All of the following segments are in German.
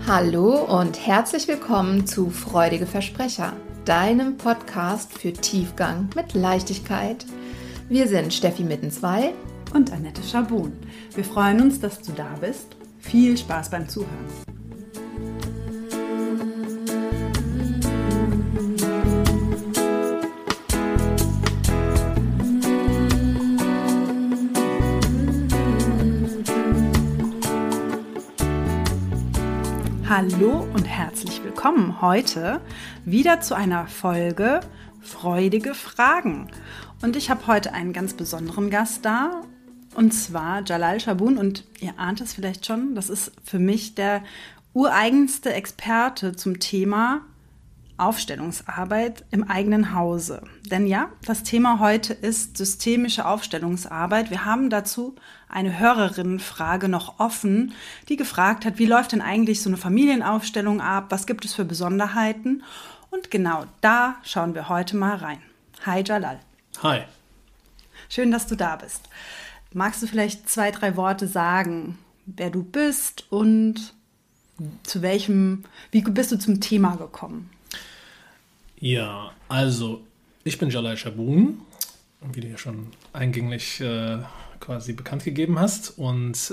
Hallo und herzlich willkommen zu Freudige Versprecher, deinem Podcast für Tiefgang mit Leichtigkeit. Wir sind Steffi Mittenzweil und Annette Schabun. Wir freuen uns, dass du da bist. Viel Spaß beim Zuhören. Hallo und herzlich willkommen heute wieder zu einer Folge Freudige Fragen. Und ich habe heute einen ganz besonderen Gast da, und zwar Jalal Schabun. Und ihr ahnt es vielleicht schon, das ist für mich der ureigenste Experte zum Thema Aufstellungsarbeit im eigenen Hause. Denn ja, das Thema heute ist systemische Aufstellungsarbeit. Wir haben dazu eine Hörerinnenfrage noch offen, die gefragt hat, wie läuft denn eigentlich so eine Familienaufstellung ab? Was gibt es für Besonderheiten? Und genau da schauen wir heute mal rein. Hi Jalal. Hi. Schön, dass du da bist. Magst du vielleicht 2, 3 Worte sagen, wer du bist und wie bist du zum Thema gekommen? Ja, also ich bin Jalal Schabun, wie du ja schon eingänglich quasi bekannt gegeben hast. Und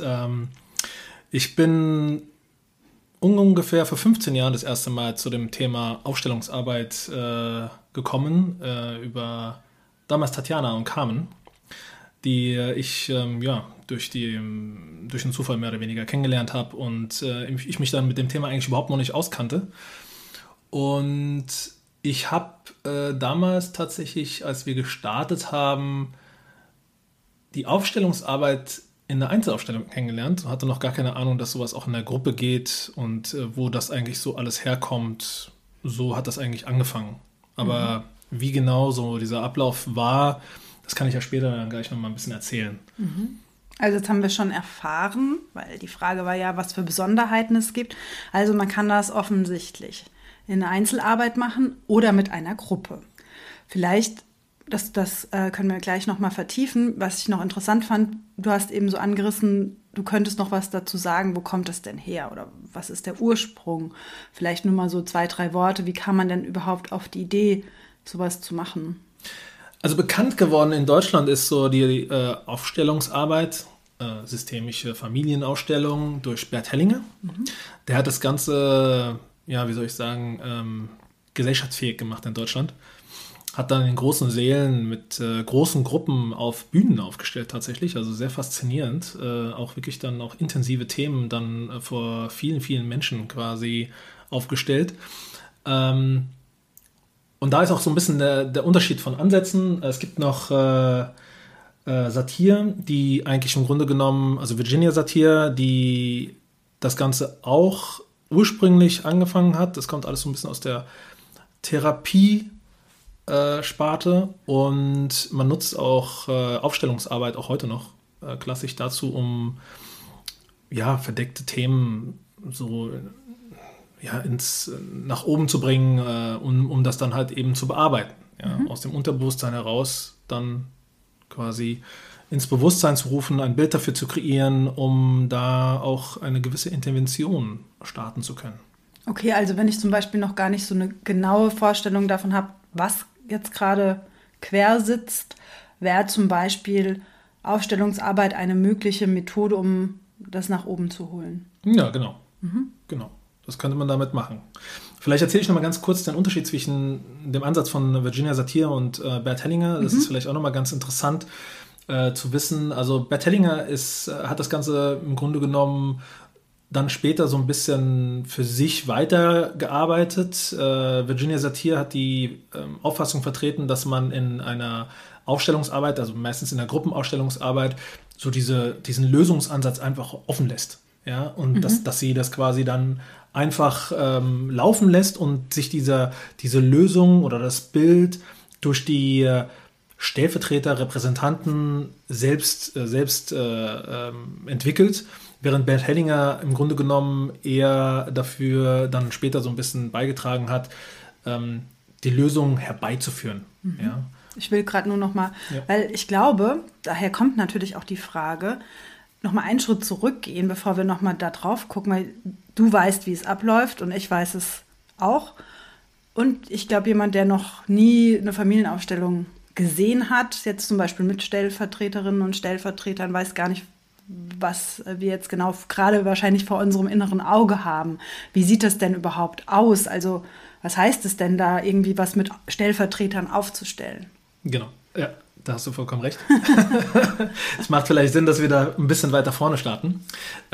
ich bin ungefähr vor 15 Jahren das erste Mal zu dem Thema Aufstellungsarbeit gekommen, über damals Tatjana und Carmen, die ich durch den Zufall mehr oder weniger kennengelernt habe und ich mich dann mit dem Thema eigentlich überhaupt noch nicht auskannte. Und ich habe damals tatsächlich, als wir gestartet haben, die Aufstellungsarbeit in der Einzelaufstellung kennengelernt. Hatte noch gar keine Ahnung, dass sowas auch in der Gruppe geht und wo das eigentlich so alles herkommt. So hat das eigentlich angefangen. Aber wie genau so dieser Ablauf war, das kann ich ja später dann gleich nochmal ein bisschen erzählen. Also jetzt haben wir schon erfahren, weil die Frage war ja, was für Besonderheiten es gibt. Also man kann das offensichtlich in Einzelarbeit machen oder mit einer Gruppe. Vielleicht, das können wir gleich nochmal vertiefen. Was ich noch interessant fand, du hast eben so angerissen, du könntest noch was dazu sagen, wo kommt es denn her oder was ist der Ursprung? Vielleicht nur mal so 2, 3 Worte, wie kam man denn überhaupt auf die Idee, sowas zu machen? Also bekannt geworden in Deutschland ist so die Aufstellungsarbeit, systemische Familienaufstellung durch Bert Hellinger. Der hat das Ganze, gesellschaftsfähig gemacht in Deutschland. Hat dann in großen Sälen mit großen Gruppen auf Bühnen aufgestellt tatsächlich, also sehr faszinierend. Auch wirklich dann auch intensive Themen dann vor vielen, vielen Menschen quasi aufgestellt. Und da ist auch so ein bisschen der Unterschied von Ansätzen. Es gibt noch Satire, die eigentlich im Grunde genommen, also Virginia Satir, die das Ganze auch ursprünglich angefangen hat. Das kommt alles so ein bisschen aus der Therapie-Sparte und man nutzt auch Aufstellungsarbeit auch heute noch klassisch dazu, um verdeckte Themen so nach oben zu bringen, um das dann halt eben zu bearbeiten. Ja? Aus dem Unterbewusstsein heraus dann quasi ins Bewusstsein zu rufen, ein Bild dafür zu kreieren, um da auch eine gewisse Intervention starten zu können. Okay, also wenn ich zum Beispiel noch gar nicht so eine genaue Vorstellung davon habe, was jetzt gerade quer sitzt, wäre zum Beispiel Aufstellungsarbeit eine mögliche Methode, um das nach oben zu holen. Ja, genau. Genau. Das könnte man damit machen. Vielleicht erzähle ich noch mal ganz kurz den Unterschied zwischen dem Ansatz von Virginia Satir und Bert Hellinger. Das ist vielleicht auch noch mal ganz interessant zu wissen. Also Bert Hellinger hat das Ganze im Grunde genommen dann später so ein bisschen für sich weitergearbeitet. Virginia Satir hat die Auffassung vertreten, dass man in einer Aufstellungsarbeit, also meistens in der Gruppenausstellungsarbeit, so diesen Lösungsansatz einfach offen lässt. Ja? Und dass sie das quasi dann einfach laufen lässt und sich diese Lösung oder das Bild durch die Stellvertreter, Repräsentanten selbst entwickelt, während Bert Hellinger im Grunde genommen eher dafür dann später so ein bisschen beigetragen hat, die Lösung herbeizuführen. Ich will gerade nur noch mal, weil ich glaube, daher kommt natürlich auch die Frage, nochmal einen Schritt zurückgehen, bevor wir nochmal da drauf gucken, weil du weißt, wie es abläuft und ich weiß es auch. Und ich glaube, jemand, der noch nie eine Familienaufstellung gesehen hat, jetzt zum Beispiel mit Stellvertreterinnen und Stellvertretern, weiß gar nicht, was wir jetzt genau gerade wahrscheinlich vor unserem inneren Auge haben. Wie sieht das denn überhaupt aus? Also was heißt es denn da, irgendwie was mit Stellvertretern aufzustellen? Genau, ja, da hast du vollkommen recht. Es macht vielleicht Sinn, dass wir da ein bisschen weiter vorne starten.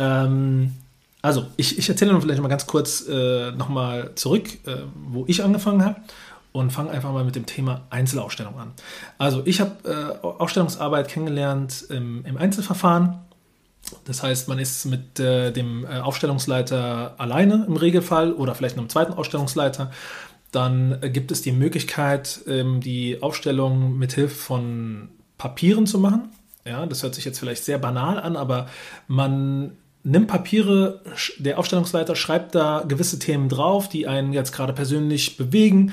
Also, ich erzähle noch vielleicht mal ganz kurz nochmal zurück, wo ich angefangen habe und fange einfach mal mit dem Thema Einzelausstellung an. Also, ich habe Ausstellungsarbeit kennengelernt im Einzelverfahren. Das heißt, man ist mit dem Aufstellungsleiter alleine im Regelfall oder vielleicht einem zweiten Ausstellungsleiter. Dann gibt es die Möglichkeit, die Aufstellung mit Hilfe von Papieren zu machen. Ja, das hört sich jetzt vielleicht sehr banal an, aber man nimmt Papiere, der Aufstellungsleiter schreibt da gewisse Themen drauf, die einen jetzt gerade persönlich bewegen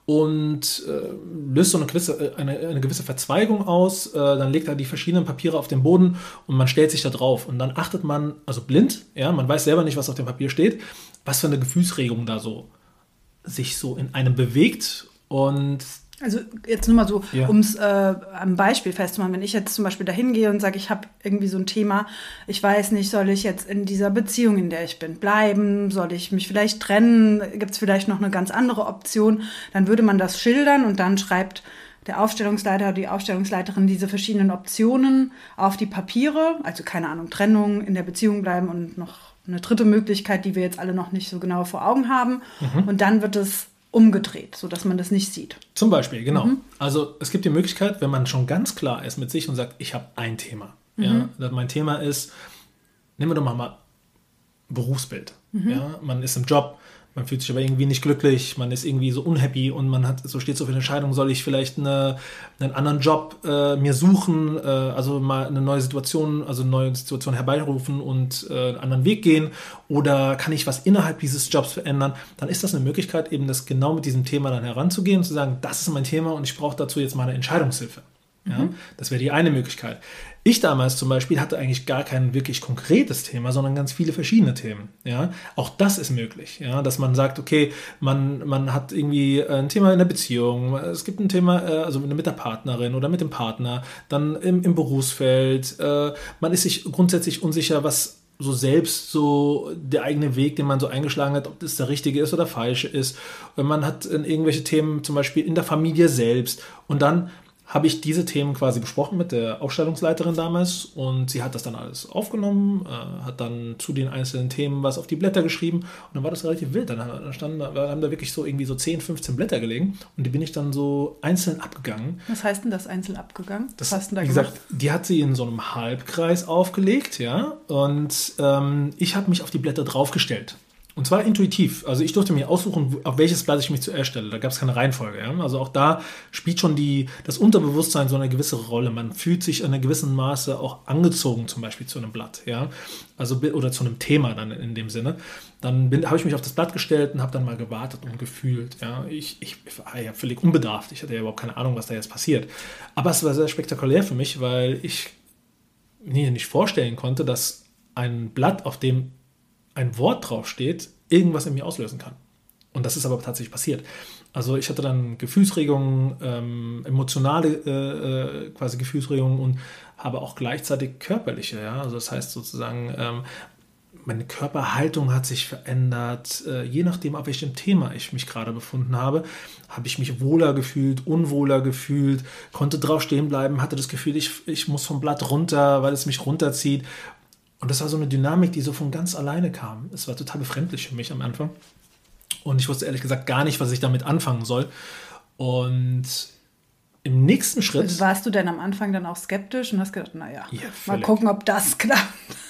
und löst so eine gewisse Verzweigung aus. Dann legt er die verschiedenen Papiere auf den Boden und man stellt sich da drauf. Und dann achtet man, also blind, ja, man weiß selber nicht, was auf dem Papier steht, was für eine Gefühlsregung da so sich so in einem bewegt. Und also jetzt nur mal so, ja, um es am Beispiel festzumachen, wenn ich jetzt zum Beispiel dahin gehe und sage, ich habe irgendwie so ein Thema, ich weiß nicht, soll ich jetzt in dieser Beziehung, in der ich bin, bleiben, soll ich mich vielleicht trennen, gibt es vielleicht noch eine ganz andere Option, dann würde man das schildern und dann schreibt der Aufstellungsleiter oder die Aufstellungsleiterin diese verschiedenen Optionen auf die Papiere, also keine Ahnung, Trennung, in der Beziehung bleiben und noch eine dritte Möglichkeit, die wir jetzt alle noch nicht so genau vor Augen haben. Und dann wird es umgedreht, sodass man das nicht sieht. Zum Beispiel, genau. Also es gibt die Möglichkeit, wenn man schon ganz klar ist mit sich und sagt, ich habe ein Thema. Ja, mein Thema ist, nehmen wir doch mal Berufsbild. Ja, man ist im Job, man fühlt sich aber irgendwie nicht glücklich, man ist irgendwie so unhappy und man hat, so steht so für eine Entscheidung, soll ich vielleicht einen anderen Job mir suchen, also mal eine neue Situation herbeirufen und einen anderen Weg gehen, oder kann ich was innerhalb dieses Jobs verändern, dann ist das eine Möglichkeit, eben das genau mit diesem Thema dann heranzugehen und zu sagen, das ist mein Thema und ich brauche dazu jetzt mal eine Entscheidungshilfe. Ja, das wäre die eine Möglichkeit. Ich damals zum Beispiel hatte eigentlich gar kein wirklich konkretes Thema, sondern ganz viele verschiedene Themen. Ja, auch das ist möglich, ja, dass man sagt, okay, man hat irgendwie ein Thema in der Beziehung, es gibt ein Thema also mit der Partnerin oder mit dem Partner, dann im Berufsfeld, man ist sich grundsätzlich unsicher, was so selbst so der eigene Weg, den man so eingeschlagen hat, ob das der richtige ist oder falsche ist. Man hat irgendwelche Themen zum Beispiel in der Familie selbst, und dann habe ich diese Themen quasi besprochen mit der Ausstellungsleiterin damals, und sie hat das dann alles aufgenommen, hat dann zu den einzelnen Themen was auf die Blätter geschrieben, und dann war das relativ wild. Dann haben da wirklich so irgendwie so 10, 15 Blätter gelegen, und die bin ich dann so einzeln abgegangen. Was heißt denn das einzeln abgegangen? Was hast du da gemacht? Wie gesagt, die hat sie in so einem Halbkreis aufgelegt, ja, und ich habe mich auf die Blätter draufgestellt. Und zwar intuitiv. Also ich durfte mir aussuchen, auf welches Blatt ich mich zuerst stelle. Da gab es keine Reihenfolge. Ja? Also auch da spielt schon das Unterbewusstsein so eine gewisse Rolle. Man fühlt sich in einem gewissen Maße auch angezogen, zum Beispiel zu einem Blatt. Ja? Also, oder zu einem Thema dann in dem Sinne. Dann habe ich mich auf das Blatt gestellt und habe dann mal gewartet und gefühlt. Ja? Ich war ja völlig unbedarft. Ich hatte ja überhaupt keine Ahnung, was da jetzt passiert. Aber es war sehr spektakulär für mich, weil ich mir nicht vorstellen konnte, dass ein Blatt, auf dem ein Wort draufsteht, irgendwas in mir auslösen kann. Und das ist aber tatsächlich passiert. Also ich hatte dann Gefühlsregungen, emotionale quasi Gefühlsregungen, und habe auch gleichzeitig körperliche. Ja? Also das heißt sozusagen, meine Körperhaltung hat sich verändert. Je nachdem, auf welchem Thema ich mich gerade befunden habe, habe ich mich wohler gefühlt, unwohler gefühlt, konnte drauf stehen bleiben, hatte das Gefühl, ich muss vom Blatt runter, weil es mich runterzieht. Und das war so eine Dynamik, die so von ganz alleine kam. Es war total befremdlich für mich am Anfang. Und ich wusste ehrlich gesagt gar nicht, was ich damit anfangen soll. Und im nächsten Schritt... Also warst du denn am Anfang dann auch skeptisch und hast gedacht, naja, mal gucken, ob das klappt.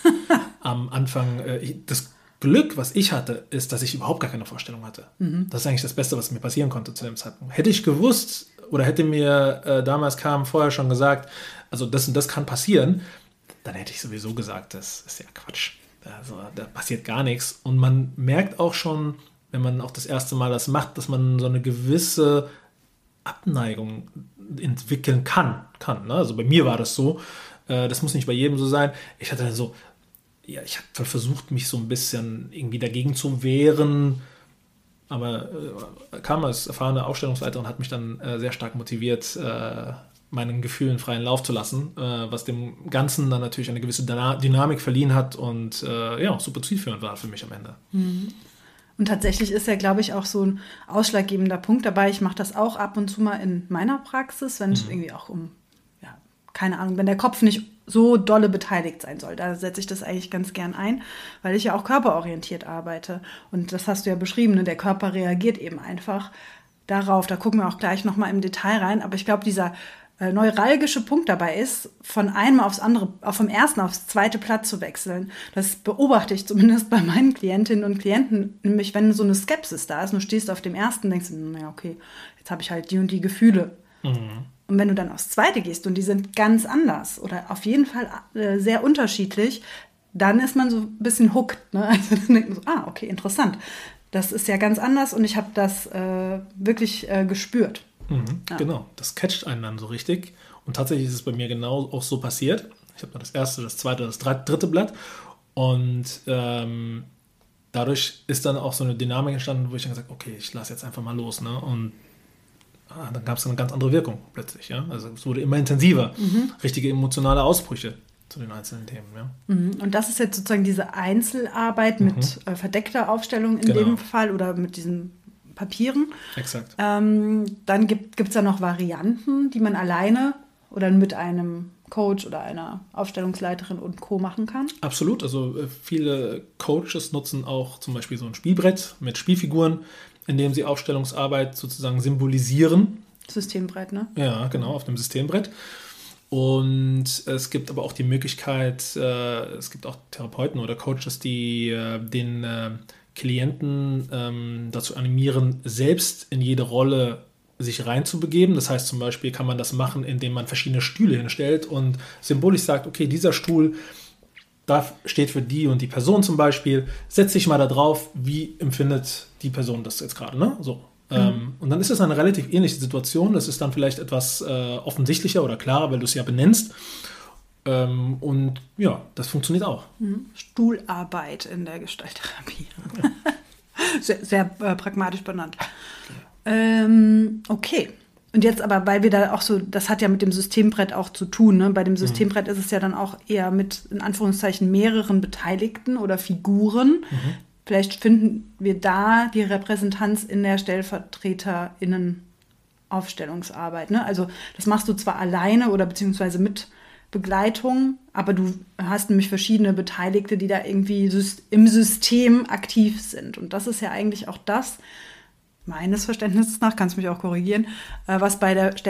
Am Anfang, das Glück, was ich hatte, ist, dass ich überhaupt gar keine Vorstellung hatte. Das ist eigentlich das Beste, was mir passieren konnte zu dem Zeitpunkt. Hätte ich gewusst, oder hätte mir damals vorher schon gesagt, also das und das kann passieren, dann hätte ich sowieso gesagt, das ist ja Quatsch. Also da passiert gar nichts. Und man merkt auch schon, wenn man auch das erste Mal das macht, dass man so eine gewisse Abneigung entwickeln kann. Ne? Also bei mir war das so. Das muss nicht bei jedem so sein. Ich hatte so, ja, ich habe versucht, mich so ein bisschen irgendwie dagegen zu wehren, aber kam als erfahrene Ausstellungsleiterin, hat mich dann sehr stark motiviert, meinen Gefühlen freien Lauf zu lassen, was dem Ganzen dann natürlich eine gewisse Dynamik verliehen hat und auch super zielführend war für mich am Ende. Und tatsächlich ist ja, glaube ich, auch so ein ausschlaggebender Punkt dabei. Ich mache das auch ab und zu mal in meiner Praxis, wenn es irgendwie auch keine Ahnung, wenn der Kopf nicht so dolle beteiligt sein soll. Da setze ich das eigentlich ganz gern ein, weil ich ja auch körperorientiert arbeite. Und das hast du ja beschrieben, ne? Der Körper reagiert eben einfach darauf. Da gucken wir auch gleich nochmal im Detail rein. Aber ich glaube, dieser neuralgische Punkt dabei ist, von einem aufs andere, auch vom ersten aufs zweite Blatt zu wechseln. Das beobachte ich zumindest bei meinen Klientinnen und Klienten, nämlich wenn so eine Skepsis da ist und du stehst auf dem ersten und denkst, naja, okay, jetzt habe ich halt die und die Gefühle. Und wenn du dann aufs zweite gehst und die sind ganz anders oder auf jeden Fall sehr unterschiedlich, dann ist man so ein bisschen hooked. Ne? Also dann denkt man so, okay, interessant. Das ist ja ganz anders und ich habe das wirklich gespürt. Ja. Genau, das catcht einen dann so richtig. Und tatsächlich ist es bei mir genau auch so passiert. Ich habe dann das erste, das zweite, das dritte Blatt. Und dadurch ist dann auch so eine Dynamik entstanden, wo ich dann gesagt habe, okay, ich lasse jetzt einfach mal los. Ne? Und dann gab es eine ganz andere Wirkung plötzlich. Ja? Also es wurde immer intensiver. Richtige emotionale Ausbrüche zu den einzelnen Themen. Ja? Und das ist jetzt sozusagen diese Einzelarbeit mit verdeckter Aufstellung in dem Fall oder mit diesen Papieren. Exakt. Dann gibt es da noch Varianten, die man alleine oder mit einem Coach oder einer Aufstellungsleiterin und Co. machen kann? Absolut. Also viele Coaches nutzen auch zum Beispiel so ein Spielbrett mit Spielfiguren, in dem sie Aufstellungsarbeit sozusagen symbolisieren. Systembrett, ne? Ja, genau, auf dem Systembrett. Und es gibt aber auch die Möglichkeit, es gibt auch Therapeuten oder Coaches, die den Klienten dazu animieren, selbst in jede Rolle sich reinzubegeben. Das heißt zum Beispiel kann man das machen, indem man verschiedene Stühle hinstellt und symbolisch sagt, okay, dieser Stuhl, da steht für die und die Person zum Beispiel, setz dich mal da drauf, wie empfindet die Person das jetzt gerade, ne? So. Und dann ist es eine relativ ähnliche Situation. Das ist dann vielleicht etwas offensichtlicher oder klarer, weil du es ja benennst. Und ja, das funktioniert auch. Stuhlarbeit in der Gestalttherapie. Sehr, sehr pragmatisch benannt. Okay. Und jetzt aber, weil wir da auch so, das hat ja mit dem Systembrett auch zu tun. Ne? Bei dem Systembrett ist es ja dann auch eher mit, in Anführungszeichen, mehreren Beteiligten oder Figuren. Vielleicht finden wir da die Repräsentanz in der StellvertreterInnen-Aufstellungsarbeit. Ne? Also das machst du zwar alleine oder beziehungsweise mit Begleitung, aber du hast nämlich verschiedene Beteiligte, die da irgendwie im System aktiv sind. Und das ist ja eigentlich auch das, meines Verständnisses nach, kannst du mich auch korrigieren, was bei der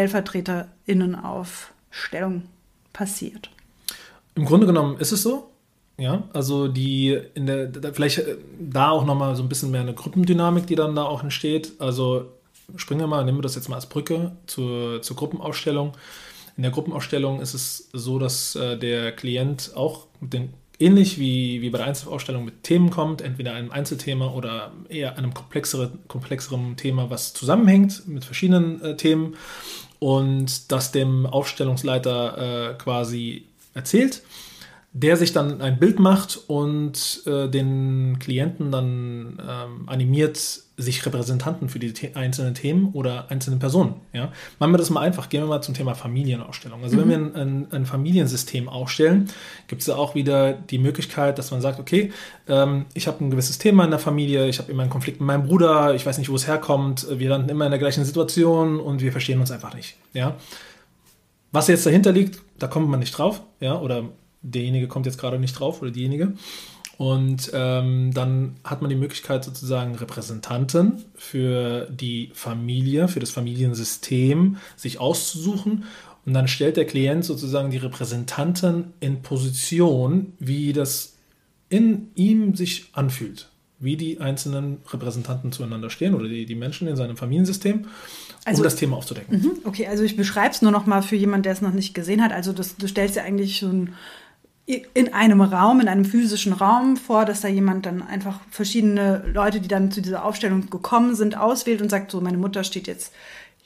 StellvertreterInnen-Aufstellung passiert. Im Grunde genommen ist es so. Ja, also vielleicht da auch nochmal so ein bisschen mehr eine Gruppendynamik, die dann da auch entsteht. Also nehmen wir das jetzt mal als Brücke zur Gruppenausstellung. In der Gruppenausstellung ist es so, dass der Klient auch ähnlich wie bei der Einzelausstellung mit Themen kommt, entweder einem Einzelthema oder eher einem komplexeren Thema, was zusammenhängt mit verschiedenen Themen und das dem Aufstellungsleiter quasi erzählt, der sich dann ein Bild macht und den Klienten dann animiert, sich Repräsentanten für die einzelnen Themen oder einzelne Personen. Ja? Machen wir das mal einfach. Gehen wir mal zum Thema Familienausstellung. Also wenn wir ein Familiensystem aufstellen, gibt es da auch wieder die Möglichkeit, dass man sagt, okay, ich habe ein gewisses Thema in der Familie, ich habe immer einen Konflikt mit meinem Bruder, ich weiß nicht, wo es herkommt, wir landen immer in der gleichen Situation und wir verstehen uns einfach nicht. Ja? Was jetzt dahinter liegt, da kommt man nicht drauf, ja, oder derjenige kommt jetzt gerade nicht drauf oder diejenige. Und dann hat man die Möglichkeit, sozusagen Repräsentanten für die Familie, für das Familiensystem sich auszusuchen. Und dann stellt der Klient sozusagen die Repräsentanten in Position, wie das in ihm sich anfühlt. Wie die einzelnen Repräsentanten zueinander stehen oder die Menschen in seinem Familiensystem, um das Thema aufzudecken. Okay, also ich beschreibe es nur noch mal für jemanden, der es noch nicht gesehen hat. Also du stellst ja eigentlich so in einem Raum, in einem physischen Raum vor, dass da jemand dann einfach verschiedene Leute, die dann zu dieser Aufstellung gekommen sind, auswählt und sagt, so, meine Mutter steht jetzt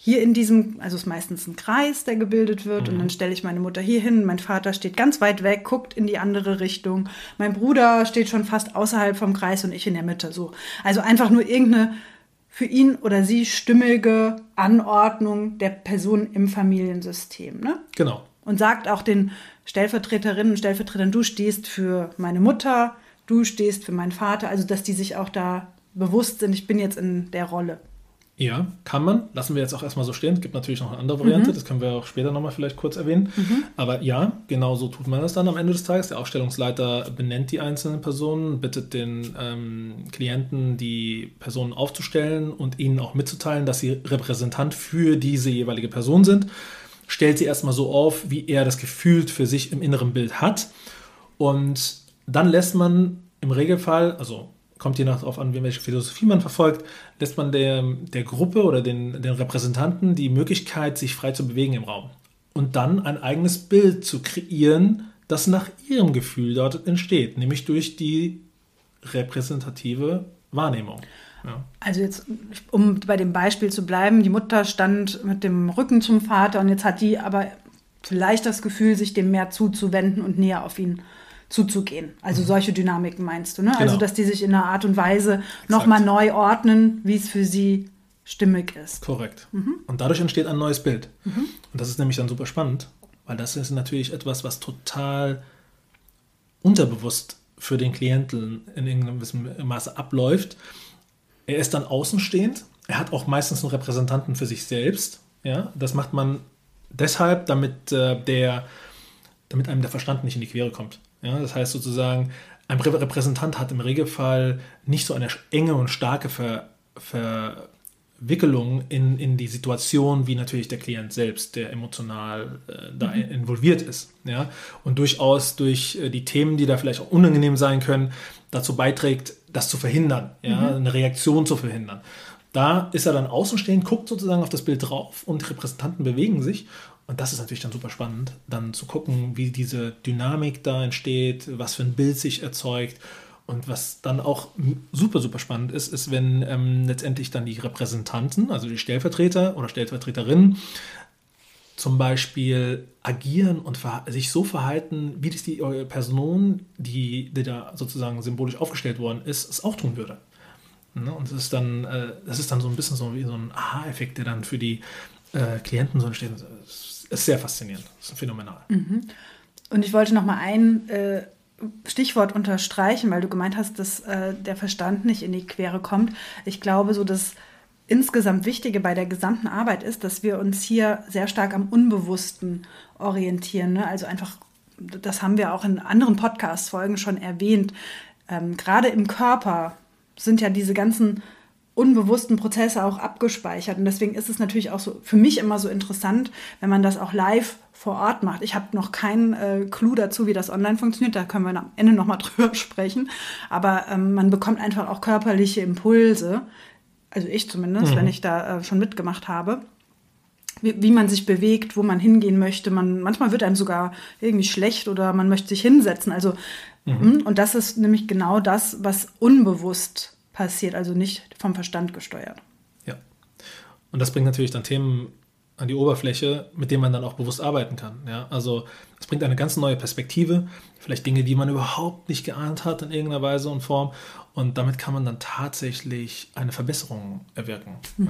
hier in diesem, also es ist meistens ein Kreis, der gebildet wird und dann stelle ich meine Mutter hier hin, mein Vater steht ganz weit weg, guckt in die andere Richtung, mein Bruder steht schon fast außerhalb vom Kreis und ich in der Mitte, so. Also einfach nur irgendeine für ihn oder sie stimmige Anordnung der Person im Familiensystem, ne? Genau. Und sagt auch den Stellvertreterinnen und Stellvertretern, du stehst für meine Mutter, du stehst für meinen Vater, also dass die sich auch da bewusst sind, ich bin jetzt in der Rolle. Ja, kann man. Lassen wir jetzt auch erstmal so stehen. Es gibt natürlich noch eine andere Variante, das können wir auch später nochmal vielleicht kurz erwähnen. Aber ja, genau so tut man das dann am Ende des Tages. Der Aufstellungsleiter benennt die einzelnen Personen, bittet den Klienten, die Personen aufzustellen und ihnen auch mitzuteilen, dass sie Repräsentant für diese jeweilige Person sind. Stellt sie erstmal so auf, wie er das gefühlt für sich im inneren Bild hat. Und dann lässt man im Regelfall, also kommt je nach darauf an, welche Philosophie man verfolgt, lässt man der Gruppe oder den Repräsentanten die Möglichkeit, sich frei zu bewegen im Raum. Und dann ein eigenes Bild zu kreieren, das nach ihrem Gefühl dort entsteht, nämlich durch die repräsentative Wahrnehmung. Ja. Also jetzt, um bei dem Beispiel zu bleiben, die Mutter stand mit dem Rücken zum Vater und jetzt hat die aber vielleicht das Gefühl, sich dem mehr zuzuwenden und näher auf ihn zuzugehen. Also solche Dynamiken meinst du, ne? Genau. Also, dass die sich in einer Art und Weise nochmal neu ordnen, wie es für sie stimmig ist. Korrekt. Und dadurch entsteht ein neues Bild. Und das ist nämlich dann super spannend, weil das ist natürlich etwas, was total unterbewusst für den Klienten in irgendeinem Maße abläuft. Er ist dann außenstehend. Er hat auch meistens einen Repräsentanten für sich selbst. Ja? Das macht man deshalb, damit einem der Verstand nicht in die Quere kommt. Ja, das heißt sozusagen, ein Repräsentant hat im Regelfall nicht so eine enge und starke Verwicklung in die Situation, wie natürlich der Klient selbst, der emotional da involviert ist. Ja? Und durchaus durch die Themen, die da vielleicht auch unangenehm sein können, dazu beiträgt, das zu verhindern, ja? Eine Reaktion zu verhindern. Da ist er dann außenstehend, guckt sozusagen auf das Bild drauf und Repräsentanten bewegen sich. Und das ist natürlich dann super spannend, dann zu gucken, wie diese Dynamik da entsteht, was für ein Bild sich erzeugt. Und was dann auch super, super spannend ist, wenn letztendlich dann die Repräsentanten, also die Stellvertreter oder Stellvertreterinnen, zum Beispiel agieren und sich so verhalten, wie das die Person, die da sozusagen symbolisch aufgestellt worden ist, es auch tun würde. Und das ist dann so ein bisschen so wie so ein Aha-Effekt, der dann für die Klienten so entsteht. Das ist sehr faszinierend, das ist phänomenal. Und ich wollte noch mal ein Stichwort unterstreichen, weil du gemeint hast, dass der Verstand nicht in die Quere kommt. Ich glaube, so das insgesamt Wichtige bei der gesamten Arbeit ist, dass wir uns hier sehr stark am Unbewussten orientieren. Ne? Also einfach, das haben wir auch in anderen Podcast-Folgen schon erwähnt. Gerade im Körper sind ja diese ganzen unbewussten Prozesse auch abgespeichert. Und deswegen ist es natürlich auch so für mich immer so interessant, wenn man das auch live vor Ort macht. Ich habe noch keinen Clou dazu, wie das online funktioniert. Da können wir am Ende nochmal drüber sprechen. Aber man bekommt einfach auch körperliche Impulse. Also ich zumindest, wenn ich da schon mitgemacht habe. Wie man sich bewegt, wo man hingehen möchte. Manchmal wird einem sogar irgendwie schlecht oder man möchte sich hinsetzen. Also, und das ist nämlich genau das, was unbewusst passiert, also nicht vom Verstand gesteuert. Ja. Und das bringt natürlich dann Themen an die Oberfläche, mit denen man dann auch bewusst arbeiten kann. Ja? Also es bringt eine ganz neue Perspektive, vielleicht Dinge, die man überhaupt nicht geahnt hat in irgendeiner Weise und Form. Und damit kann man dann tatsächlich eine Verbesserung erwirken. Ja?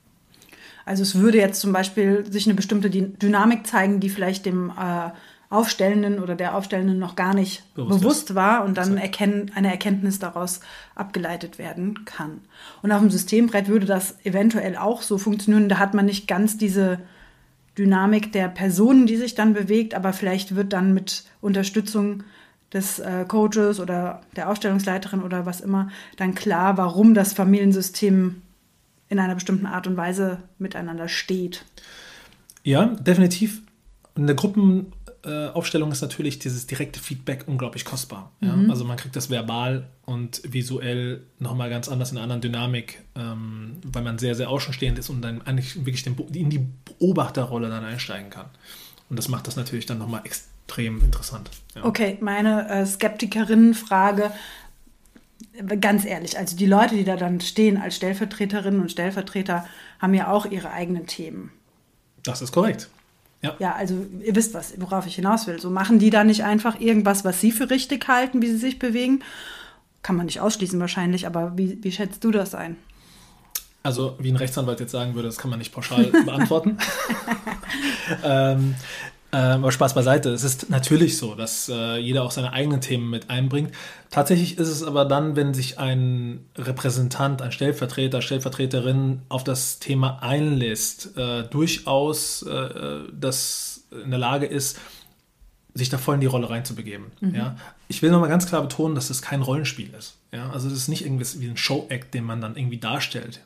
Also es würde jetzt zum Beispiel sich eine bestimmte Dynamik zeigen, die vielleicht dem Aufstellenden oder der Aufstellenden noch gar nicht bewusst war und dann eine Erkenntnis daraus abgeleitet werden kann. Und auf dem Systembrett würde das eventuell auch so funktionieren. Da hat man nicht ganz diese Dynamik der Personen, die sich dann bewegt, aber vielleicht wird dann mit Unterstützung des Coaches oder der Aufstellungsleiterin oder was immer dann klar, warum das Familiensystem in einer bestimmten Art und Weise miteinander steht. Ja, definitiv. In der Gruppenaufstellung ist natürlich dieses direkte Feedback unglaublich kostbar. Ja? Also man kriegt das verbal und visuell nochmal ganz anders in einer anderen Dynamik, weil man sehr, sehr außenstehend ist und dann eigentlich wirklich in die Beobachterrolle dann einsteigen kann. Und das macht das natürlich dann nochmal extrem interessant. Ja. Okay, meine Skeptikerinnenfrage. ganz ehrlich, also die Leute, die da dann stehen als Stellvertreterinnen und Stellvertreter, haben ja auch ihre eigenen Themen. Das ist korrekt. Ja, also ihr wisst, worauf ich hinaus will. So machen die da nicht einfach irgendwas, was sie für richtig halten, wie sie sich bewegen. Kann man nicht ausschließen wahrscheinlich, aber wie schätzt du das ein? Also wie ein Rechtsanwalt jetzt sagen würde, das kann man nicht pauschal beantworten. Aber Spaß beiseite. Es ist natürlich so, dass jeder auch seine eigenen Themen mit einbringt. Tatsächlich ist es aber dann, wenn sich ein Repräsentant, ein Stellvertreter, Stellvertreterin auf das Thema einlässt, durchaus das in der Lage ist, sich da voll in die Rolle reinzubegeben. Ja? Ich will nochmal ganz klar betonen, dass es kein Rollenspiel ist. Ja? Also es ist nicht irgendwie wie ein Show-Act, den man dann irgendwie darstellt.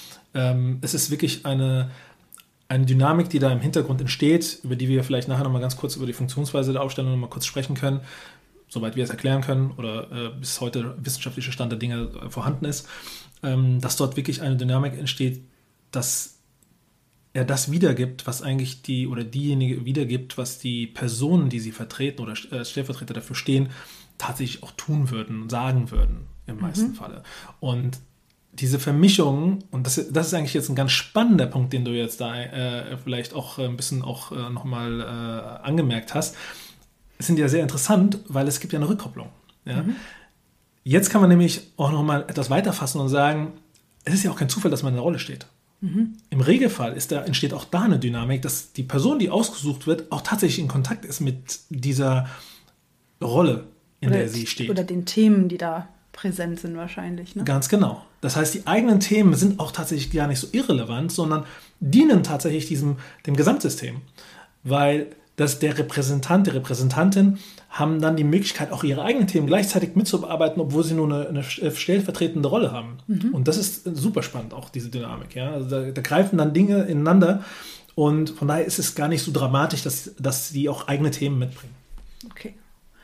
Es ist wirklich eine Dynamik, die da im Hintergrund entsteht, über die wir vielleicht nachher nochmal ganz kurz über die Funktionsweise der Aufstellung nochmal kurz sprechen können, soweit wir es erklären können oder bis heute wissenschaftlicher Stand der Dinge vorhanden ist, dass dort wirklich eine Dynamik entsteht, dass er das wiedergibt, was eigentlich diejenige wiedergibt, was die Personen, die sie vertreten oder Stellvertreter dafür stehen, tatsächlich auch tun würden und sagen würden im meisten Falle. Und diese Vermischung, und das ist eigentlich jetzt ein ganz spannender Punkt, den du jetzt da vielleicht auch ein bisschen auch nochmal angemerkt hast, sind ja sehr interessant, weil es gibt ja eine Rückkopplung. Ja? Jetzt kann man nämlich auch nochmal etwas weiterfassen und sagen, es ist ja auch kein Zufall, dass man in der Rolle steht. Im Regelfall entsteht auch da eine Dynamik, dass die Person, die ausgesucht wird, auch tatsächlich in Kontakt ist mit dieser Rolle, in der sie steht. Oder den Themen, die da präsent sind wahrscheinlich. Ne? Ganz genau. Das heißt, die eigenen Themen sind auch tatsächlich gar nicht so irrelevant, sondern dienen tatsächlich dem Gesamtsystem. Weil der Repräsentant, die Repräsentantin haben dann die Möglichkeit, auch ihre eigenen Themen gleichzeitig mitzubearbeiten, obwohl sie nur eine stellvertretende Rolle haben. Und das ist super spannend, auch diese Dynamik. Ja? Also da greifen dann Dinge ineinander und von daher ist es gar nicht so dramatisch, dass sie auch eigene Themen mitbringen. Okay.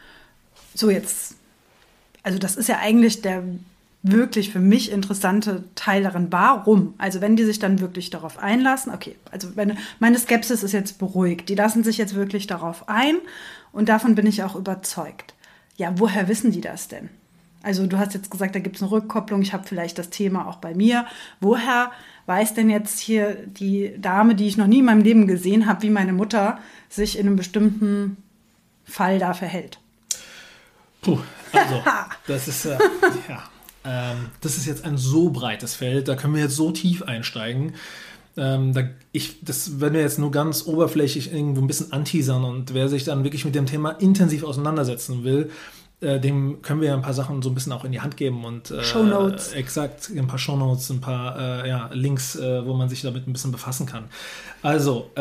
So jetzt, also das ist ja eigentlich der wirklich für mich interessante Teil darin. Warum? Also wenn die sich dann wirklich darauf einlassen, okay, also meine Skepsis ist jetzt beruhigt. Die lassen sich jetzt wirklich darauf ein und davon bin ich auch überzeugt. Ja, woher wissen die das denn? Also du hast jetzt gesagt, da gibt es eine Rückkopplung. Ich habe vielleicht das Thema auch bei mir. Woher weiß denn jetzt hier die Dame, die ich noch nie in meinem Leben gesehen habe, wie meine Mutter sich in einem bestimmten Fall da verhält? Puh, also das ist das ist jetzt ein so breites Feld, da können wir jetzt so tief einsteigen. Das werden wir jetzt nur ganz oberflächlich irgendwo ein bisschen anteasern und wer sich dann wirklich mit dem Thema intensiv auseinandersetzen will, dem können wir ein paar Sachen so ein bisschen auch in die Hand geben und Shownotes. Exakt, ein paar Shownotes, ein paar Links, wo man sich damit ein bisschen befassen kann. Also,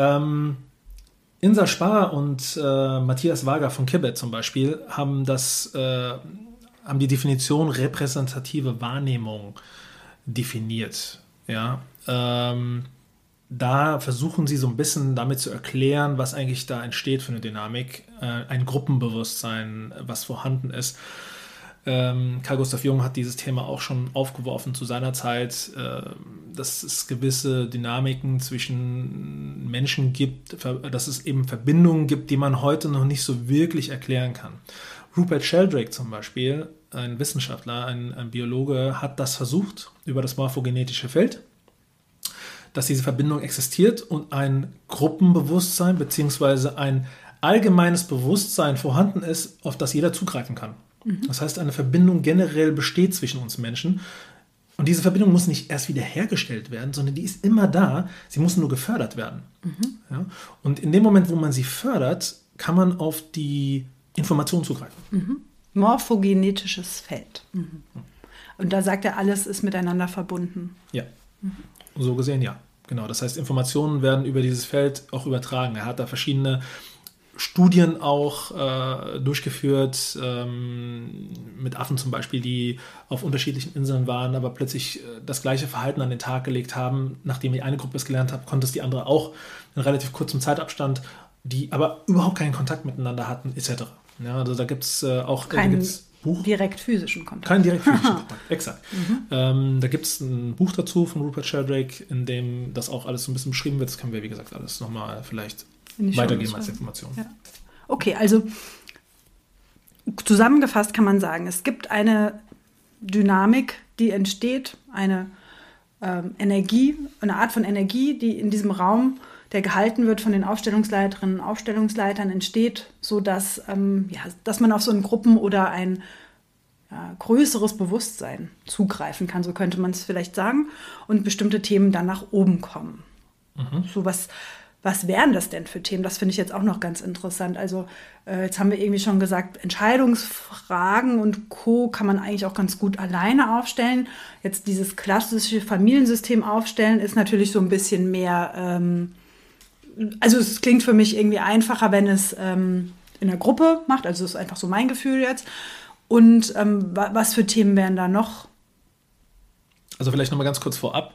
Insa Sparrer und Matthias Wager von Kibet zum Beispiel haben die Definition repräsentative Wahrnehmung definiert. Ja? Da versuchen sie so ein bisschen damit zu erklären, was eigentlich da entsteht für eine Dynamik, ein Gruppenbewusstsein, was vorhanden ist. Carl Gustav Jung hat dieses Thema auch schon aufgeworfen zu seiner Zeit, dass es gewisse Dynamiken zwischen Menschen gibt, dass es eben Verbindungen gibt, die man heute noch nicht so wirklich erklären kann. Rupert Sheldrake zum Beispiel, ein Wissenschaftler, ein Biologe, hat das versucht über das morphogenetische Feld, dass diese Verbindung existiert und ein Gruppenbewusstsein bzw. ein allgemeines Bewusstsein vorhanden ist, auf das jeder zugreifen kann. Das heißt, eine Verbindung generell besteht zwischen uns Menschen und diese Verbindung muss nicht erst wieder hergestellt werden, sondern die ist immer da, sie muss nur gefördert werden. Ja? Und in dem Moment, wo man sie fördert, kann man auf die Information zugreifen. Morphogenetisches Feld. Und da sagt er, alles ist miteinander verbunden. Ja, so gesehen ja. Genau, das heißt, Informationen werden über dieses Feld auch übertragen. Er hat da verschiedene Studien auch durchgeführt, mit Affen zum Beispiel, die auf unterschiedlichen Inseln waren, aber plötzlich das gleiche Verhalten an den Tag gelegt haben. Nachdem die eine Gruppe es gelernt hat, konnte es die andere auch in relativ kurzem Zeitabstand, die aber überhaupt keinen Kontakt miteinander hatten, etc. Ja, also da gibt es auch direkt physischen Kontakt. Kein direkt physischen Kontakt, exakt. Da gibt es ein Buch dazu von Rupert Sheldrake, in dem das auch alles so ein bisschen beschrieben wird. Das können wir, wie gesagt, alles nochmal vielleicht weitergeben als Information. Ja. Okay, also zusammengefasst kann man sagen, es gibt eine Dynamik, die entsteht, eine Energie, eine Art von Energie, die in diesem Raum, der gehalten wird von den Aufstellungsleiterinnen und Aufstellungsleitern, entsteht, sodass dass man auf so einen Gruppen- oder ein größeres Bewusstsein zugreifen kann, so könnte man es vielleicht sagen, und bestimmte Themen dann nach oben kommen. So was wären das denn für Themen? Das finde ich jetzt auch noch ganz interessant. Also jetzt haben wir irgendwie schon gesagt, Entscheidungsfragen und Co. kann man eigentlich auch ganz gut alleine aufstellen. Jetzt dieses klassische Familiensystem aufstellen ist natürlich so ein bisschen mehr, also es klingt für mich irgendwie einfacher, wenn es in der Gruppe macht. Also das ist einfach so mein Gefühl jetzt. Und was für Themen wären da noch? Also vielleicht nochmal ganz kurz vorab.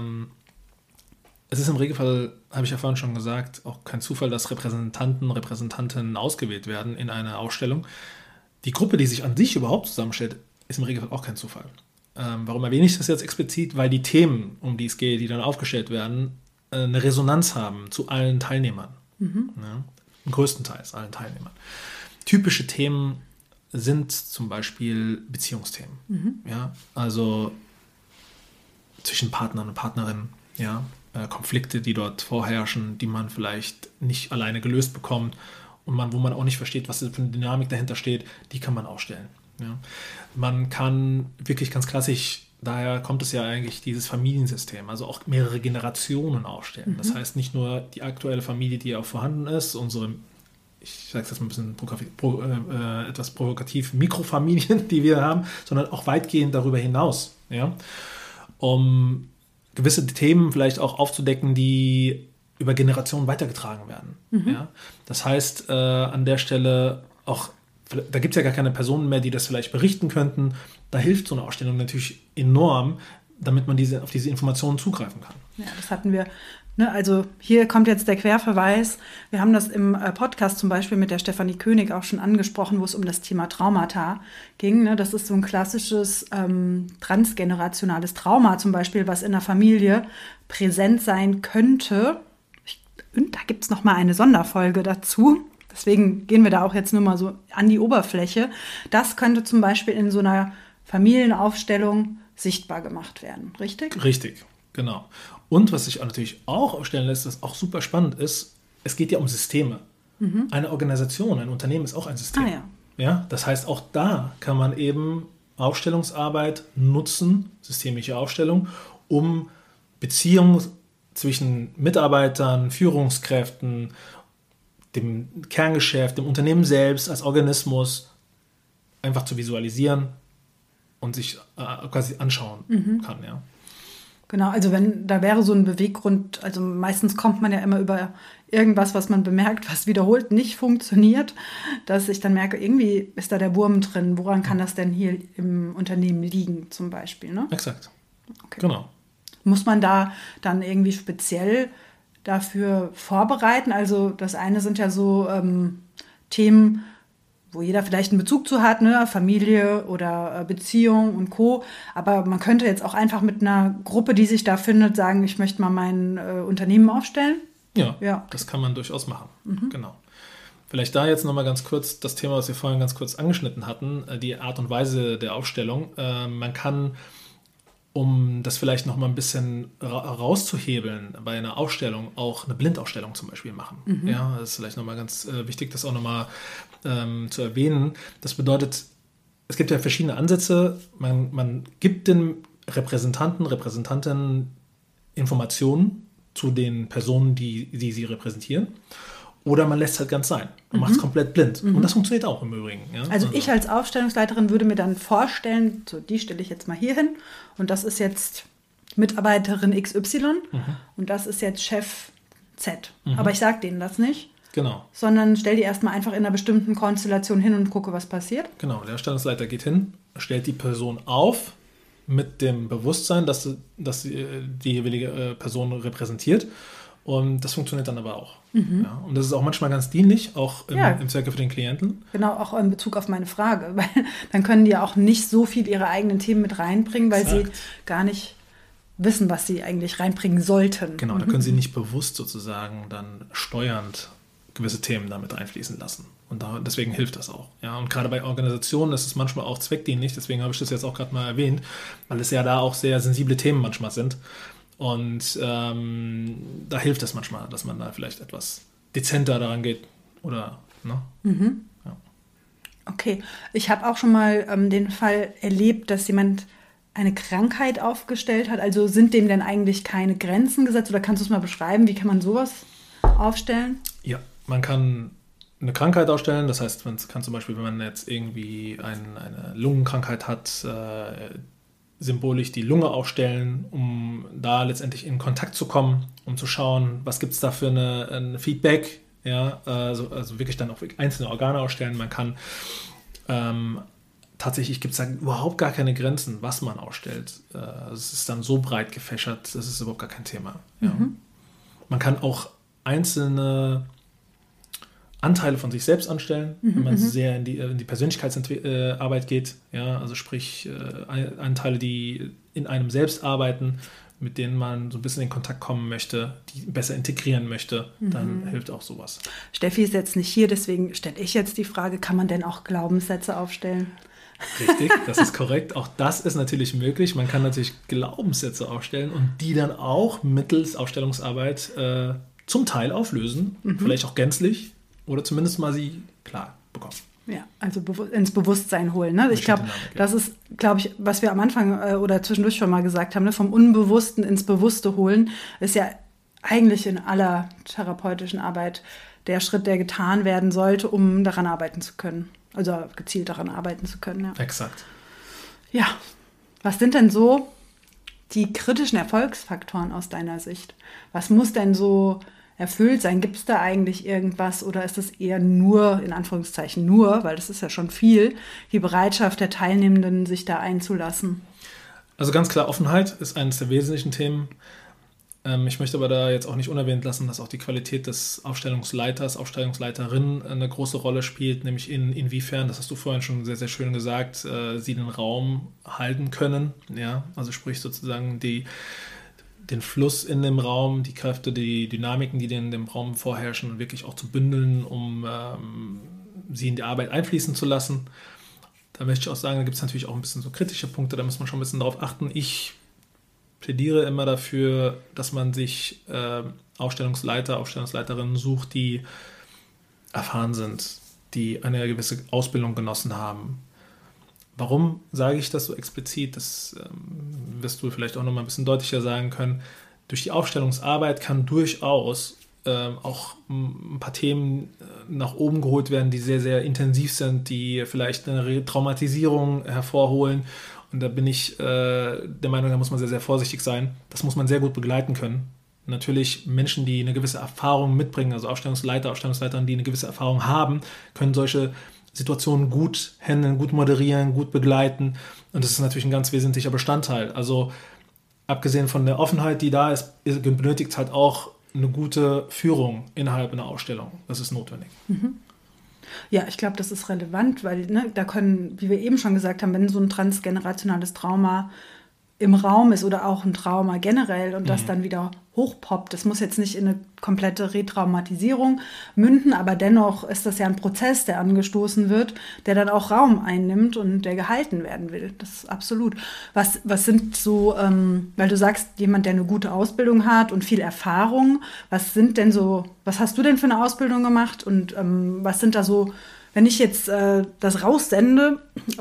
Es ist im Regelfall, habe ich ja vorhin schon gesagt, auch kein Zufall, dass Repräsentantinnen ausgewählt werden in einer Ausstellung. Die Gruppe, die sich an sich überhaupt zusammenstellt, ist im Regelfall auch kein Zufall. Warum erwähne ich das jetzt explizit? Weil die Themen, um die es geht, die dann aufgestellt werden, eine Resonanz haben zu allen Teilnehmern. Ja, größtenteils allen Teilnehmern. Typische Themen sind zum Beispiel Beziehungsthemen. Ja, also zwischen Partnern und Partnerinnen, ja, Konflikte, die dort vorherrschen, die man vielleicht nicht alleine gelöst bekommt und wo man auch nicht versteht, was für eine Dynamik dahinter steht, die kann man aufstellen. Ja. Man kann wirklich ganz klassisch, daher kommt es ja eigentlich dieses Familiensystem, also auch mehrere Generationen aufstellen. Das heißt nicht nur die aktuelle Familie, die auch vorhanden ist, ich sage es jetzt mal ein bisschen etwas provokativ, Mikrofamilien, die wir haben, sondern auch weitgehend darüber hinaus, ja, um gewisse Themen vielleicht auch aufzudecken, die über Generationen weitergetragen werden. Ja? Das heißt, an der Stelle auch, da gibt es ja gar keine Personen mehr, die das vielleicht berichten könnten. Da hilft so eine Ausstellung natürlich enorm, damit man auf diese Informationen zugreifen kann. Ja, das hatten wir. Also hier kommt jetzt der Querverweis. Wir haben das im Podcast zum Beispiel mit der Stefanie König auch schon angesprochen, wo es um das Thema Traumata ging. Das ist so ein klassisches transgenerationales Trauma zum Beispiel, was in der Familie präsent sein könnte. Und da gibt es nochmal eine Sonderfolge dazu. Deswegen gehen wir da auch jetzt nur mal so an die Oberfläche. Das könnte zum Beispiel in so einer Familienaufstellung sichtbar gemacht werden, richtig? Richtig, genau. Und was sich natürlich auch aufstellen lässt, was auch super spannend ist, es geht ja um Systeme. Eine Organisation, ein Unternehmen ist auch ein System. Ja, das heißt, auch da kann man eben Aufstellungsarbeit nutzen, systemische Aufstellung, um Beziehungen zwischen Mitarbeitern, Führungskräften, dem Kerngeschäft, dem Unternehmen selbst als Organismus einfach zu visualisieren und sich quasi anschauen kann, ja. Genau, also da wäre so ein Beweggrund, also meistens kommt man ja immer über irgendwas, was man bemerkt, was wiederholt nicht funktioniert, dass ich dann merke, irgendwie ist da der Wurm drin. Woran kann das denn hier im Unternehmen liegen zum Beispiel? Ne? Exakt, okay. Genau. Muss man da dann irgendwie speziell dafür vorbereiten? Also das eine sind ja so Themen, wo jeder vielleicht einen Bezug zu hat, ne? Familie oder Beziehung und Co. Aber man könnte jetzt auch einfach mit einer Gruppe, die sich da findet, sagen, ich möchte mal mein Unternehmen aufstellen. Ja, das kann man durchaus machen. Genau. Vielleicht da jetzt nochmal ganz kurz das Thema, was wir vorhin ganz kurz angeschnitten hatten, die Art und Weise der Aufstellung. Man kann, um das vielleicht nochmal ein bisschen rauszuhebeln, bei einer Ausstellung auch eine Blindausstellung zum Beispiel machen. Ja, das ist vielleicht nochmal ganz wichtig, das auch nochmal zu erwähnen. Das bedeutet, es gibt ja verschiedene Ansätze. Man gibt den Repräsentantinnen Informationen zu den Personen, die sie repräsentieren. Oder man lässt es halt ganz sein. Man macht es komplett blind. Und das funktioniert auch im Übrigen. Ja? Also ich als Aufstellungsleiterin würde mir dann vorstellen, so die stelle ich jetzt mal hier hin. Und das ist jetzt Mitarbeiterin XY. Und das ist jetzt Chef Z. Aber ich sage denen das nicht. Genau. Sondern stell die erstmal einfach in einer bestimmten Konstellation hin und gucke, was passiert. Genau, der Ausstellungsleiter geht hin, stellt die Person auf mit dem Bewusstsein, dass die jeweilige Person repräsentiert. Und das funktioniert dann aber auch. Ja, und das ist auch manchmal ganz dienlich, auch im Zwecke für den Klienten. Genau, auch in Bezug auf meine Frage. Weil dann können die ja auch nicht so viel ihre eigenen Themen mit reinbringen, weil sie gar nicht wissen, was sie eigentlich reinbringen sollten. Genau, da können sie nicht bewusst sozusagen dann steuernd gewisse Themen damit einfließen lassen. Und deswegen hilft das auch. Ja? Und gerade bei Organisationen ist es manchmal auch zweckdienlich, deswegen habe ich das jetzt auch gerade mal erwähnt, weil es ja da auch sehr sensible Themen manchmal sind. Und da hilft es manchmal, dass man da vielleicht etwas dezenter daran geht. Oder, ne? Ja. Okay, ich habe auch schon mal den Fall erlebt, dass jemand eine Krankheit aufgestellt hat. Also sind dem denn eigentlich keine Grenzen gesetzt? Oder kannst du es mal beschreiben? Wie kann man sowas aufstellen? Ja, man kann eine Krankheit aufstellen. Das heißt, man kann zum Beispiel, wenn man jetzt irgendwie eine Lungenkrankheit hat, symbolisch die Lunge aufstellen, um da letztendlich in Kontakt zu kommen, um zu schauen, was gibt es da für ein Feedback. Ja, also wirklich dann auch einzelne Organe ausstellen. Man kann tatsächlich, gibt es da überhaupt gar keine Grenzen, was man ausstellt. Es ist dann so breit gefächert, das ist überhaupt gar kein Thema. Ja. Man kann auch einzelne Anteile von sich selbst anstellen, wenn man sehr in die Persönlichkeitsarbeit geht. Ja, also sprich Anteile, die in einem selbst arbeiten, mit denen man so ein bisschen in Kontakt kommen möchte, die besser integrieren möchte, dann hilft auch sowas. Steffi ist jetzt nicht hier, deswegen stelle ich jetzt die Frage, kann man denn auch Glaubenssätze aufstellen? Richtig, das ist korrekt. Auch das ist natürlich möglich. Man kann natürlich Glaubenssätze aufstellen und die dann auch mittels Aufstellungsarbeit zum Teil auflösen, vielleicht auch gänzlich oder zumindest mal sie klar bekommen. Ja, also ins Bewusstsein holen. Ne? Ich glaube, das ist, was wir am Anfang oder zwischendurch schon mal gesagt haben, ne? Vom Unbewussten ins Bewusste holen, ist ja eigentlich in aller therapeutischen Arbeit der Schritt, der getan werden sollte, um daran arbeiten zu können. Also gezielt daran arbeiten zu können. Ja. Exakt. Ja, was sind denn so die kritischen Erfolgsfaktoren aus deiner Sicht? Was muss denn so erfüllt sein? Gibt es da eigentlich irgendwas oder ist es eher nur, in Anführungszeichen nur, weil das ist ja schon viel, die Bereitschaft der Teilnehmenden, sich da einzulassen? Also ganz klar, Offenheit ist eines der wesentlichen Themen. Ich möchte aber da jetzt auch nicht unerwähnt lassen, dass auch die Qualität des Aufstellungsleiters, Aufstellungsleiterin eine große Rolle spielt, nämlich inwiefern, das hast du vorhin schon sehr, sehr schön gesagt, sie den Raum halten können. Ja? Also sprich sozusagen den Fluss in dem Raum, die Kräfte, die Dynamiken, die in dem Raum vorherrschen, wirklich auch zu bündeln, um sie in die Arbeit einfließen zu lassen. Da möchte ich auch sagen, da gibt es natürlich auch ein bisschen so kritische Punkte, da muss man schon ein bisschen darauf achten. Ich plädiere immer dafür, dass man sich Aufstellungsleiter, Aufstellungsleiterinnen sucht, die erfahren sind, die eine gewisse Ausbildung genossen haben. Warum sage ich das so explizit? Das wirst du vielleicht auch noch mal ein bisschen deutlicher sagen können. Durch die Aufstellungsarbeit kann durchaus auch ein paar Themen nach oben geholt werden, die sehr, sehr intensiv sind, die vielleicht eine Retraumatisierung hervorholen. Und da bin ich der Meinung, da muss man sehr, sehr vorsichtig sein. Das muss man sehr gut begleiten können. Natürlich Menschen, die eine gewisse Erfahrung mitbringen, also Aufstellungsleiter, Aufstellungsleiterinnen, die eine gewisse Erfahrung haben, können solche Situationen gut handeln, gut moderieren, gut begleiten. Und das ist natürlich ein ganz wesentlicher Bestandteil. Also abgesehen von der Offenheit, die da ist, benötigt es halt auch eine gute Führung innerhalb einer Ausstellung. Das ist notwendig. Ja, ich glaube, das ist relevant, weil da können, wie wir eben schon gesagt haben, wenn so ein transgenerationales Trauma im Raum ist oder auch ein Trauma generell und das dann wieder hochpoppt, das muss jetzt nicht in eine komplette Retraumatisierung münden, aber dennoch ist das ja ein Prozess, der angestoßen wird, der dann auch Raum einnimmt und der gehalten werden will. Das ist absolut. Was sind so, weil du sagst, jemand, der eine gute Ausbildung hat und viel Erfahrung, was hast du denn für eine Ausbildung gemacht und was sind da so, wenn ich jetzt das raussende,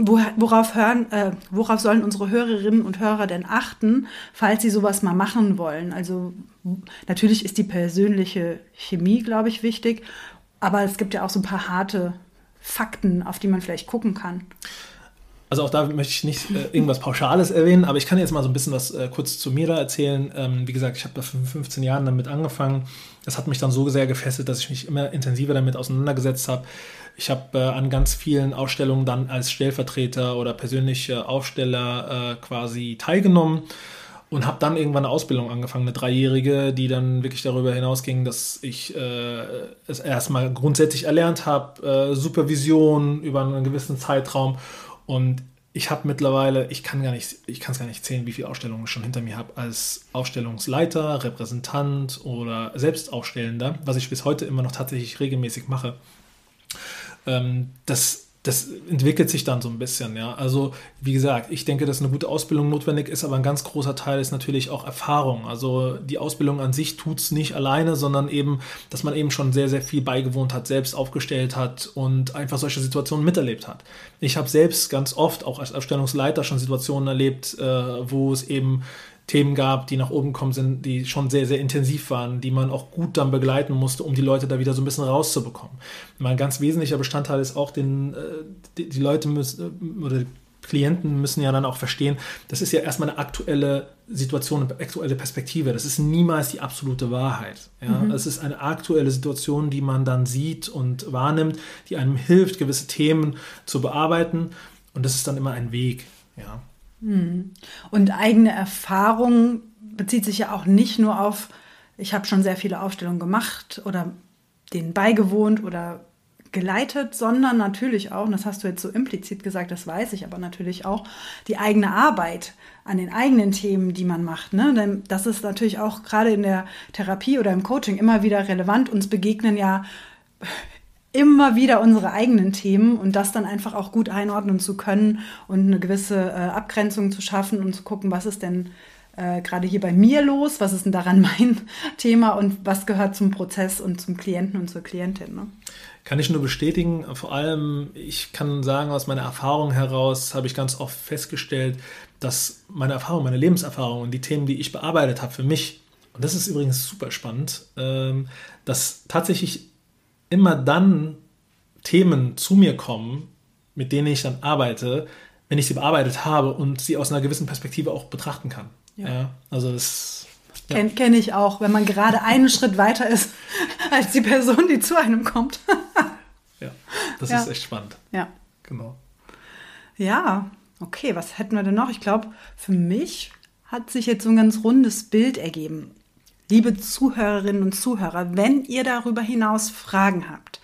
worauf sollen unsere Hörerinnen und Hörer denn achten, falls sie sowas mal machen wollen? Also natürlich ist die persönliche Chemie, glaube ich, wichtig, aber es gibt ja auch so ein paar harte Fakten, auf die man vielleicht gucken kann. Also auch da möchte ich nicht irgendwas Pauschales erwähnen, aber ich kann jetzt mal so ein bisschen was kurz zu mir da erzählen. Wie gesagt, ich habe da vor 15 Jahren damit angefangen. Das hat mich dann so sehr gefesselt, dass ich mich immer intensiver damit auseinandergesetzt habe. Ich habe an ganz vielen Ausstellungen dann als Stellvertreter oder persönlicher Aufsteller quasi teilgenommen und habe dann irgendwann eine Ausbildung angefangen, eine 3-jährige, die dann wirklich darüber hinausging, dass ich es erstmal grundsätzlich erlernt habe, Supervision über einen gewissen Zeitraum. Und ich habe mittlerweile, ich kann es gar nicht zählen, wie viele Ausstellungen ich schon hinter mir habe als Ausstellungsleiter, Repräsentant oder Selbstausstellender, was ich bis heute immer noch tatsächlich regelmäßig mache. Das entwickelt sich dann so ein bisschen, ja. Also, wie gesagt, ich denke, dass eine gute Ausbildung notwendig ist, aber ein ganz großer Teil ist natürlich auch Erfahrung. Also, die Ausbildung an sich tut es nicht alleine, sondern eben, dass man eben schon sehr, sehr viel beigewohnt hat, selbst aufgestellt hat und einfach solche Situationen miterlebt hat. Ich habe selbst ganz oft, auch als Ausstellungsleiter, schon Situationen erlebt, wo es eben Themen gab, die nach oben gekommen sind, die schon sehr, sehr intensiv waren, die man auch gut dann begleiten musste, um die Leute da wieder so ein bisschen rauszubekommen. Ein ganz wesentlicher Bestandteil ist auch, die Leute müssen, oder die Klienten müssen ja dann auch verstehen, das ist ja erstmal eine aktuelle Situation, eine aktuelle Perspektive. Das ist niemals die absolute Wahrheit. Ja? Es ist eine aktuelle Situation, die man dann sieht und wahrnimmt, die einem hilft, gewisse Themen zu bearbeiten. Und das ist dann immer ein Weg, ja. Und eigene Erfahrung bezieht sich ja auch nicht nur auf, ich habe schon sehr viele Aufstellungen gemacht oder denen beigewohnt oder geleitet, sondern natürlich auch, und das hast du jetzt so implizit gesagt, das weiß ich, aber natürlich auch die eigene Arbeit an den eigenen Themen, die man macht. Ne? Denn das ist natürlich auch gerade in der Therapie oder im Coaching immer wieder relevant. Uns begegnen ja immer wieder unsere eigenen Themen und das dann einfach auch gut einordnen zu können und eine gewisse Abgrenzung zu schaffen und zu gucken, was ist denn gerade hier bei mir los, was ist denn daran mein Thema und was gehört zum Prozess und zum Klienten und zur Klientin. Ne? Kann ich nur bestätigen. Vor allem, ich kann sagen, aus meiner Erfahrung heraus habe ich ganz oft festgestellt, dass meine Erfahrung, meine Lebenserfahrung und die Themen, die ich bearbeitet habe für mich, und das ist übrigens super spannend, dass tatsächlich immer dann Themen zu mir kommen, mit denen ich dann arbeite, wenn ich sie bearbeitet habe und sie aus einer gewissen Perspektive auch betrachten kann. Ja, also das Kenn ich auch, wenn man gerade einen Schritt weiter ist als die Person, die zu einem kommt. Ja, das ist echt spannend. Ja. Genau. Ja, okay, was hätten wir denn noch? Ich glaube, für mich hat sich jetzt so ein ganz rundes Bild ergeben. Liebe Zuhörerinnen und Zuhörer, wenn ihr darüber hinaus Fragen habt,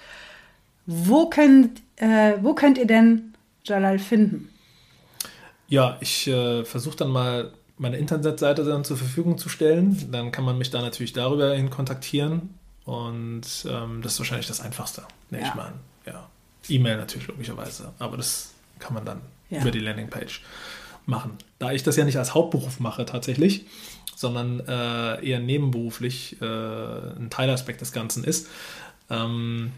wo könnt ihr denn Jalal finden? Ja, ich versuche dann mal meine Internetseite dann zur Verfügung zu stellen. Dann kann man mich da natürlich darüber hin kontaktieren und das ist wahrscheinlich das Einfachste, nehme ich mal an. Ja. E-Mail natürlich logischerweise, aber das kann man dann über die Landingpage machen. Da ich das ja nicht als Hauptberuf mache tatsächlich, sondern eher nebenberuflich ein Teilaspekt des Ganzen ist, bin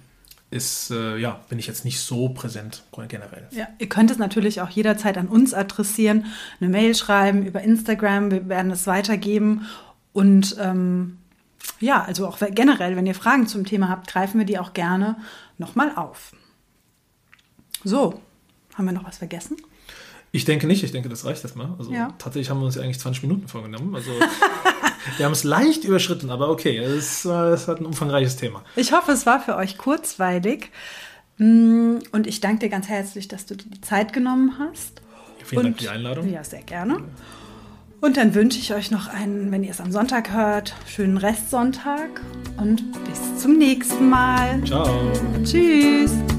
ich jetzt nicht so präsent generell. Ja, ihr könnt es natürlich auch jederzeit an uns adressieren, eine Mail schreiben über Instagram, wir werden es weitergeben und also auch generell, wenn ihr Fragen zum Thema habt, greifen wir die auch gerne nochmal auf. So, haben wir noch was vergessen? Ich denke nicht, ich denke, das reicht erstmal. Also tatsächlich haben wir uns ja eigentlich 20 Minuten vorgenommen. Also wir haben es leicht überschritten, aber okay, es hat ein umfangreiches Thema. Ich hoffe, es war für euch kurzweilig. Und ich danke dir ganz herzlich, dass du dir die Zeit genommen hast. Vielen Dank für die Einladung. Ja, sehr gerne. Und dann wünsche ich euch noch einen, wenn ihr es am Sonntag hört, schönen Restsonntag und bis zum nächsten Mal. Ciao. Tschüss.